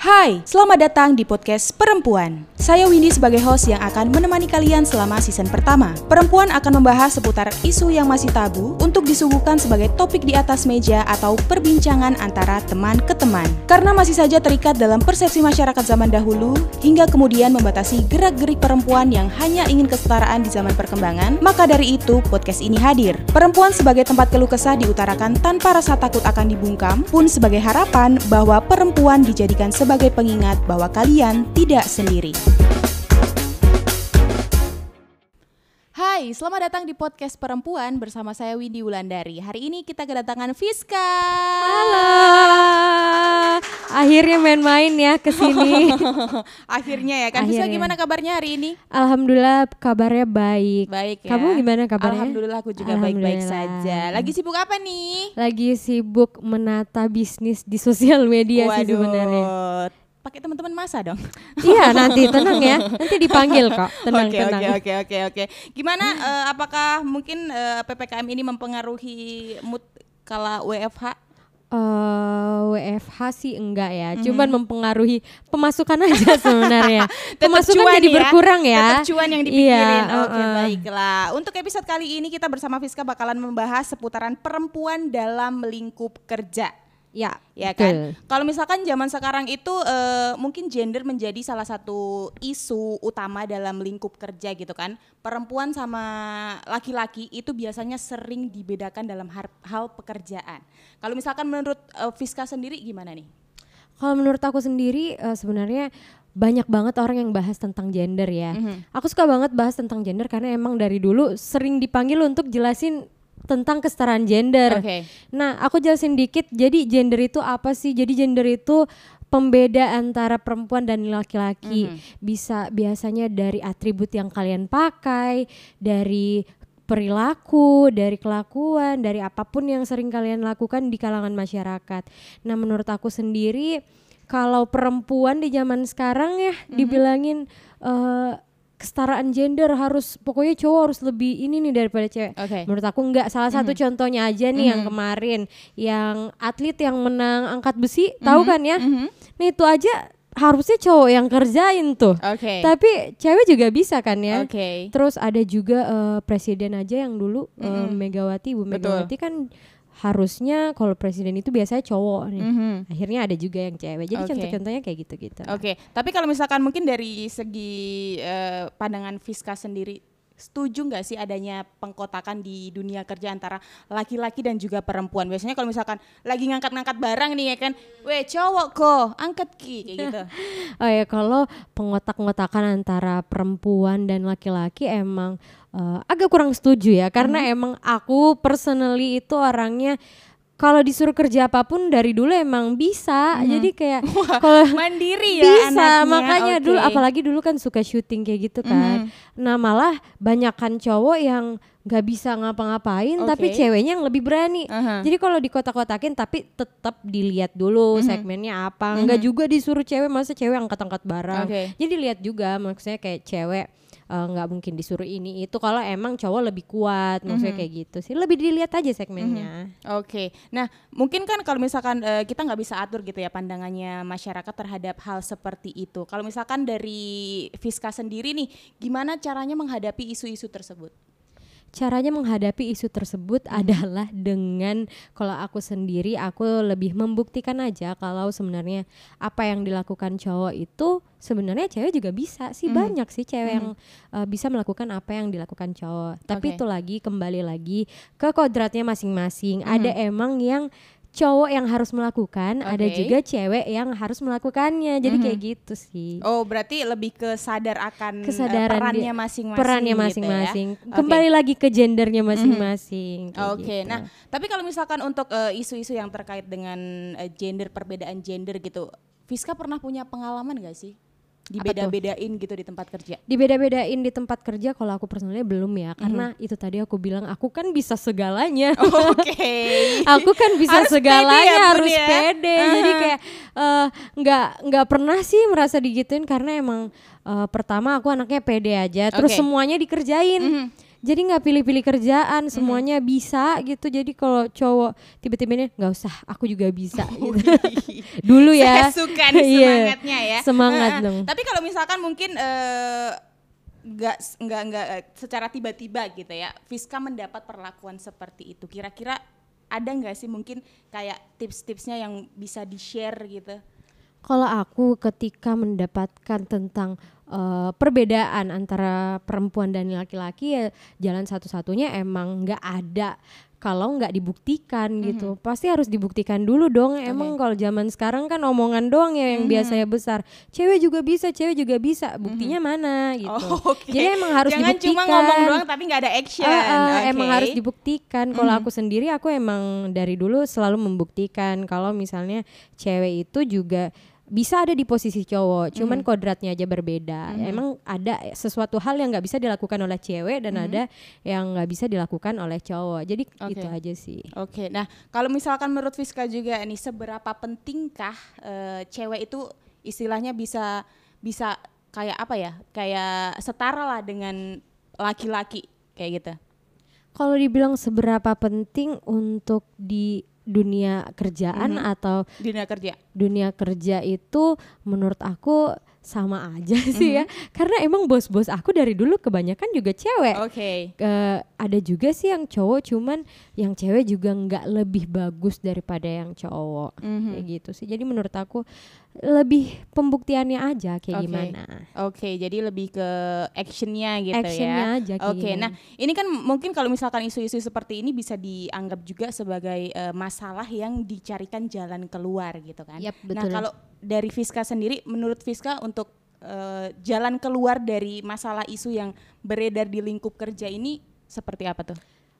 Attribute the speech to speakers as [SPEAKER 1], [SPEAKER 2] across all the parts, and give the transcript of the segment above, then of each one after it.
[SPEAKER 1] Hai, selamat datang di podcast Perempuan. Saya Windy sebagai host yang akan menemani kalian selama season pertama. Perempuan akan membahas seputar isu yang masih tabu untuk disuguhkan sebagai topik di atas meja atau perbincangan antara teman ke teman. Karena masih saja terikat dalam persepsi masyarakat zaman dahulu, hingga kemudian membatasi gerak-gerik perempuan yang hanya ingin kesetaraan di zaman perkembangan, maka dari itu podcast ini hadir. Perempuan sebagai tempat keluh kesah diutarakan tanpa rasa takut akan dibungkam, pun sebagai harapan bahwa perempuan dijadikan sebagai pengingat bahwa kalian tidak sendiri. Hai, selamat datang di podcast Perempuan bersama saya Windy Wulandari. Hari ini kita kedatangan Fiska.
[SPEAKER 2] Halo. Akhirnya main-main ya ke sini.
[SPEAKER 1] Akhirnya ya kan. Fiska, gimana kabarnya hari ini?
[SPEAKER 2] Alhamdulillah kabarnya baik.
[SPEAKER 1] Baik ya.
[SPEAKER 2] Kamu gimana kabarnya?
[SPEAKER 1] Alhamdulillah aku juga baik-baik saja. Lagi sibuk apa nih?
[SPEAKER 2] Lagi sibuk menata bisnis di sosial media sih sebenarnya.
[SPEAKER 1] Pakai teman-teman masa dong.
[SPEAKER 2] Iya, nanti tenang ya. Nanti dipanggil kok. Tenang.
[SPEAKER 1] Oke. Gimana apakah mungkin PPKM ini mempengaruhi mood kala WFH?
[SPEAKER 2] WFH sih enggak ya, cuman mempengaruhi pemasukan aja sebenarnya. Pemasukan jadi
[SPEAKER 1] ya,
[SPEAKER 2] berkurang ya.
[SPEAKER 1] Tetap cuan yang dipikirin. Oke, baiklah. Untuk episode kali ini kita bersama Fiska bakalan membahas seputaran perempuan dalam lingkup kerja. Ya kan. Kalau misalkan zaman sekarang itu mungkin gender menjadi salah satu isu utama dalam lingkup kerja gitu kan. Perempuan sama laki-laki itu biasanya sering dibedakan dalam hal pekerjaan. Kalau misalkan menurut Fiska sendiri gimana nih?
[SPEAKER 2] Kalau menurut aku sendiri sebenarnya banyak banget orang yang bahas tentang gender ya. Aku suka banget bahas tentang gender karena emang dari dulu sering dipanggil untuk jelasin tentang kesetaraan gender. Nah, aku jelasin dikit. Jadi gender itu apa sih? Jadi gender itu pembeda antara perempuan dan laki-laki. Biasanya dari atribut yang kalian pakai, dari perilaku, dari kelakuan, dari apapun yang sering kalian lakukan di kalangan masyarakat. Nah, menurut aku sendiri kalau perempuan di zaman sekarang ya dibilangin kesetaraan gender harus pokoknya cowok harus lebih ini nih daripada cewek. Menurut aku enggak. Salah satu contohnya aja nih yang kemarin yang atlet yang menang angkat besi, tahu kan ya? Nah itu aja harusnya cowok yang kerjain tuh. Tapi cewek juga bisa kan ya? Terus ada juga presiden aja yang dulu Megawati, Ibu Megawati kan harusnya kalau presiden itu biasanya cowok nih. Akhirnya ada juga yang cewek. Jadi contoh-contohnya kayak gitu-gitu.
[SPEAKER 1] Tapi kalau misalkan mungkin dari segi pandangan Fiska sendiri, setuju nggak sih adanya pengkotakan di dunia kerja antara laki-laki dan juga perempuan? Biasanya kalau misalkan lagi ngangkat-ngangkat barang nih ya kan, weh cowok kok angkat kayak gitu.
[SPEAKER 2] Oh ya, kalau pengotak-ngotakan antara perempuan dan laki-laki emang agak kurang setuju ya, karena emang aku personally itu orangnya kalau disuruh kerja apapun dari dulu emang bisa. Jadi kayak kalau
[SPEAKER 1] mandiri ya
[SPEAKER 2] bisa,
[SPEAKER 1] anaknya.
[SPEAKER 2] Makanya dulu apalagi dulu kan suka syuting kayak gitu kan. Nah malah banyakan cowok yang gak bisa ngapa-ngapain tapi ceweknya yang lebih berani. Jadi kalau di kotak-kotakin tapi tetap dilihat dulu segmennya apa. Enggak juga disuruh cewek, masa cewek angkat-angkat barang. Jadi lihat juga, maksudnya kayak cewek nggak mungkin disuruh ini itu kalau emang cowok lebih kuat, maksudnya kayak gitu sih, lebih dilihat aja segmennya.
[SPEAKER 1] Nah mungkin kan kalau misalkan kita nggak bisa atur gitu ya pandangannya masyarakat terhadap hal seperti itu. Kalau misalkan dari Fiska sendiri nih, gimana caranya menghadapi isu-isu tersebut?
[SPEAKER 2] Caranya menghadapi isu tersebut adalah dengan, kalau aku sendiri aku lebih membuktikan aja kalau sebenarnya apa yang dilakukan cowok itu sebenarnya cewek juga bisa sih. Banyak sih cewek yang bisa melakukan apa yang dilakukan cowok. Tapi itu lagi kembali lagi ke kodratnya masing-masing. Ada emang yang cowok yang harus melakukan, ada juga cewek yang harus melakukannya. Jadi kayak gitu sih.
[SPEAKER 1] Oh, berarti lebih ke sadar akan
[SPEAKER 2] kesadaran
[SPEAKER 1] perannya masing-masing.
[SPEAKER 2] Perannya masing-masing. Gitu ya? Kembali lagi ke gendernya masing-masing.
[SPEAKER 1] Gitu. Nah, tapi kalau misalkan untuk isu-isu yang terkait dengan gender, perbedaan gender gitu, Fiska pernah punya pengalaman gak sih? Dibeda-bedain gitu di tempat kerja? Dibeda-bedain
[SPEAKER 2] di tempat kerja kalau aku personalnya belum ya, karena itu tadi aku bilang aku kan bisa segalanya. Aku kan bisa segalanya, harus pede. Jadi kayak nggak pernah sih merasa digituin, karena emang pertama aku anaknya pede aja, terus semuanya dikerjain. Jadi nggak pilih-pilih kerjaan, semuanya bisa gitu. Jadi kalau cowok tiba-tiba ini nggak usah, aku juga bisa gitu. Dulu ya.
[SPEAKER 1] Saya suka nih semangatnya ya.
[SPEAKER 2] Semangat dong.
[SPEAKER 1] Tapi kalau misalkan mungkin nggak secara tiba-tiba gitu ya, Fiska mendapat perlakuan seperti itu, kira-kira ada nggak sih mungkin kayak tips-tipsnya yang bisa di-share gitu?
[SPEAKER 2] Kalau aku ketika mendapatkan tentang perbedaan antara perempuan dan laki-laki, ya jalan satu-satunya emang nggak ada kalau nggak dibuktikan gitu. Pasti harus dibuktikan dulu dong. Emang kalau zaman sekarang kan omongan doang ya yang biasanya besar. Cewek juga bisa. Buktinya mana gitu. Jadi emang harus
[SPEAKER 1] jangan
[SPEAKER 2] dibuktikan.
[SPEAKER 1] Jangan cuma ngomong doang tapi nggak ada action.
[SPEAKER 2] Emang harus dibuktikan. Kalau aku sendiri, aku emang dari dulu selalu membuktikan kalau misalnya cewek itu juga bisa ada di posisi cowok, cuman kodratnya aja berbeda. Emang ada sesuatu hal yang nggak bisa dilakukan oleh cewek dan ada yang nggak bisa dilakukan oleh cowok. Jadi itu aja sih.
[SPEAKER 1] Oke. Nah, kalau misalkan menurut Fiska juga nih, seberapa pentingkah cewek itu istilahnya bisa kayak apa ya? Kayak setara lah dengan laki-laki kayak gitu.
[SPEAKER 2] Kalau dibilang seberapa penting untuk di dunia kerjaan atau dunia kerja itu menurut aku sama aja sih ya, karena emang bos-bos aku dari dulu kebanyakan juga cewek. Ada juga sih yang cowok, cuman yang cewek juga nggak lebih bagus daripada yang cowok, kayak gitu sih. Jadi menurut aku lebih pembuktiannya aja kayak gimana.
[SPEAKER 1] Jadi lebih ke actionnya gitu
[SPEAKER 2] actionnya
[SPEAKER 1] ya.
[SPEAKER 2] Aja kayak gimana.
[SPEAKER 1] Nah ini kan mungkin kalau misalkan isu-isu seperti ini bisa dianggap juga sebagai masalah yang dicarikan jalan keluar gitu kan.
[SPEAKER 2] Betul.
[SPEAKER 1] Nah kalau dari Fiska sendiri, menurut Fiska untuk jalan keluar dari masalah isu yang beredar di lingkup kerja ini seperti apa tuh?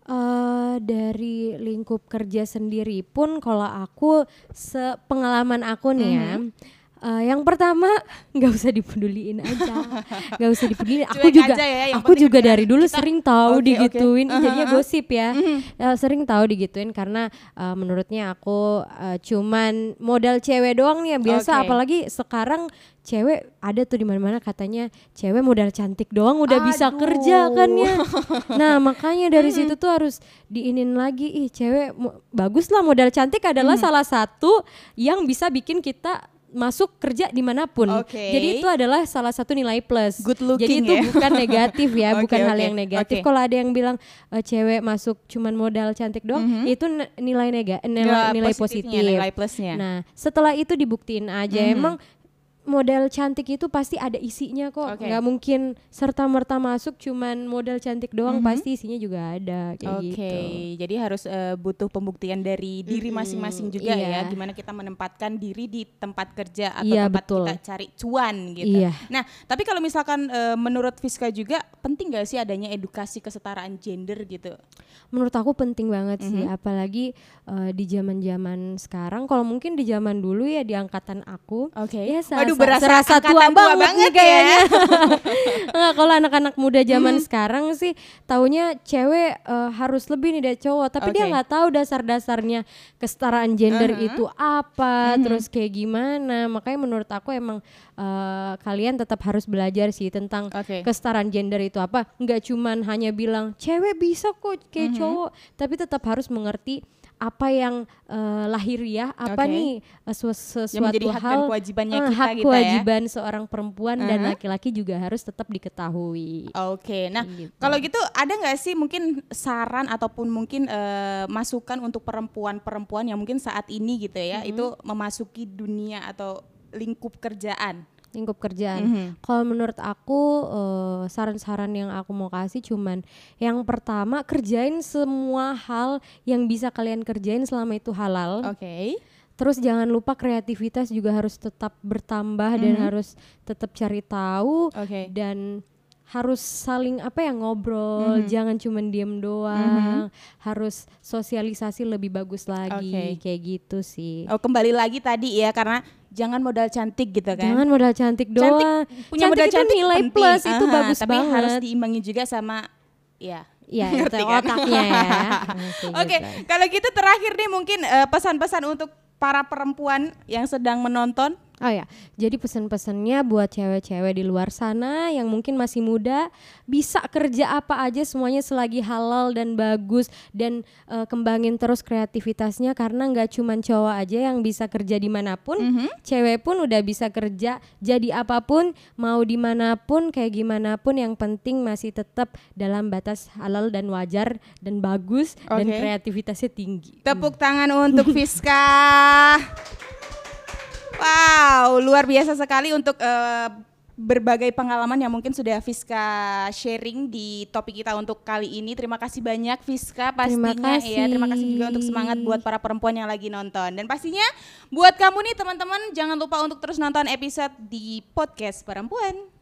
[SPEAKER 2] Dari lingkup kerja sendiri pun kalau aku sepengalaman aku nih ya, yang pertama nggak usah dipeduliin aja, nggak usah dipeduliin. Aku juga dari dulu sering tahu digituin, jadinya gosip ya. Sering tahu digituin karena menurutnya aku cuman modal cewek doang nih ya biasa. Apalagi sekarang cewek ada tuh di mana-mana katanya cewek modal cantik doang udah bisa kerja kan ya. Nah makanya dari situ tuh harus diinin lagi, cewek bagus lah, modal cantik adalah salah satu yang bisa bikin kita masuk kerja dimanapun. Jadi itu adalah salah satu nilai plus.
[SPEAKER 1] Good looking.
[SPEAKER 2] Jadi itu bukan negatif ya, bukan hal yang negatif. Kalau ada yang bilang cewek masuk cuman modal cantik doang, itu nilai positif.
[SPEAKER 1] Nilai plusnya.
[SPEAKER 2] Nah setelah itu dibuktiin aja, emang model cantik itu pasti ada isinya kok. Nggak mungkin serta-merta masuk cuman model cantik doang, pasti isinya juga ada kayak gitu.
[SPEAKER 1] Jadi harus butuh pembuktian dari diri masing-masing juga ya, gimana kita menempatkan diri di tempat kerja atau tempat kita cari cuan gitu. Nah tapi kalau misalkan menurut Fiska juga penting gak sih adanya edukasi kesetaraan gender gitu?
[SPEAKER 2] Menurut aku penting banget sih, apalagi di zaman-zaman sekarang. Kalau mungkin di zaman dulu ya, di angkatan aku ya serasa tua banget nih kayaknya. Kalau anak-anak muda zaman sekarang sih taunya cewek harus lebih nih dari cowok, tapi dia nggak tahu dasar-dasarnya kesetaraan gender itu apa, terus kayak gimana. Makanya menurut aku emang kalian tetap harus belajar sih tentang kesetaraan gender itu apa. Nggak cuman hanya bilang cewek bisa kok kayak cowok, tapi tetap harus mengerti apa yang lahiriah, apa nih sesuatu
[SPEAKER 1] yang menjadi hak
[SPEAKER 2] hal
[SPEAKER 1] dan kewajibannya kita
[SPEAKER 2] hak
[SPEAKER 1] gitu
[SPEAKER 2] kewajiban seorang perempuan dan laki-laki juga harus tetap diketahui.
[SPEAKER 1] Nah gitu. Kalau gitu ada nggak sih mungkin saran ataupun mungkin masukan untuk perempuan-perempuan yang mungkin saat ini gitu ya, itu memasuki dunia atau lingkup kerjaan? Kalau menurut aku saran-saran yang aku mau kasih cuman yang pertama, kerjain semua hal yang bisa kalian kerjain selama itu halal. Terus jangan lupa kreativitas juga harus tetap bertambah dan harus tetap cari tahu dan harus saling ngobrol, jangan cuma diem doang, harus sosialisasi lebih bagus lagi, kayak gitu sih. Kembali lagi tadi ya, karena jangan modal cantik gitu kan.
[SPEAKER 2] Jangan modal cantik doang.
[SPEAKER 1] Punya modal cantik
[SPEAKER 2] nilai
[SPEAKER 1] penting.
[SPEAKER 2] Plus itu bagus
[SPEAKER 1] tapi
[SPEAKER 2] banget.
[SPEAKER 1] harus diimbangi juga sama
[SPEAKER 2] itu otaknya ya.
[SPEAKER 1] Kalau gitu terakhir nih mungkin pesan-pesan untuk para perempuan yang sedang menonton
[SPEAKER 2] Oh ya, jadi pesan-pesannya buat cewek-cewek di luar sana yang mungkin masih muda, bisa kerja apa aja semuanya selagi halal dan bagus, dan kembangin terus kreativitasnya, karena nggak cuma cowok aja yang bisa kerja dimanapun, cewek pun udah bisa kerja jadi apapun, mau dimanapun, kayak gimana pun, yang penting masih tetap dalam batas halal dan wajar dan bagus, dan kreativitasnya tinggi.
[SPEAKER 1] Tepuk tangan untuk Fiska. Wow, luar biasa sekali untuk berbagai pengalaman yang mungkin sudah Fiska sharing di topik kita untuk kali ini. Terima kasih banyak Fiska pastinya. Terima kasih juga untuk semangat buat para perempuan yang lagi nonton. Dan pastinya buat kamu nih teman-teman, jangan lupa untuk terus nonton episode di Podcast Perempuan.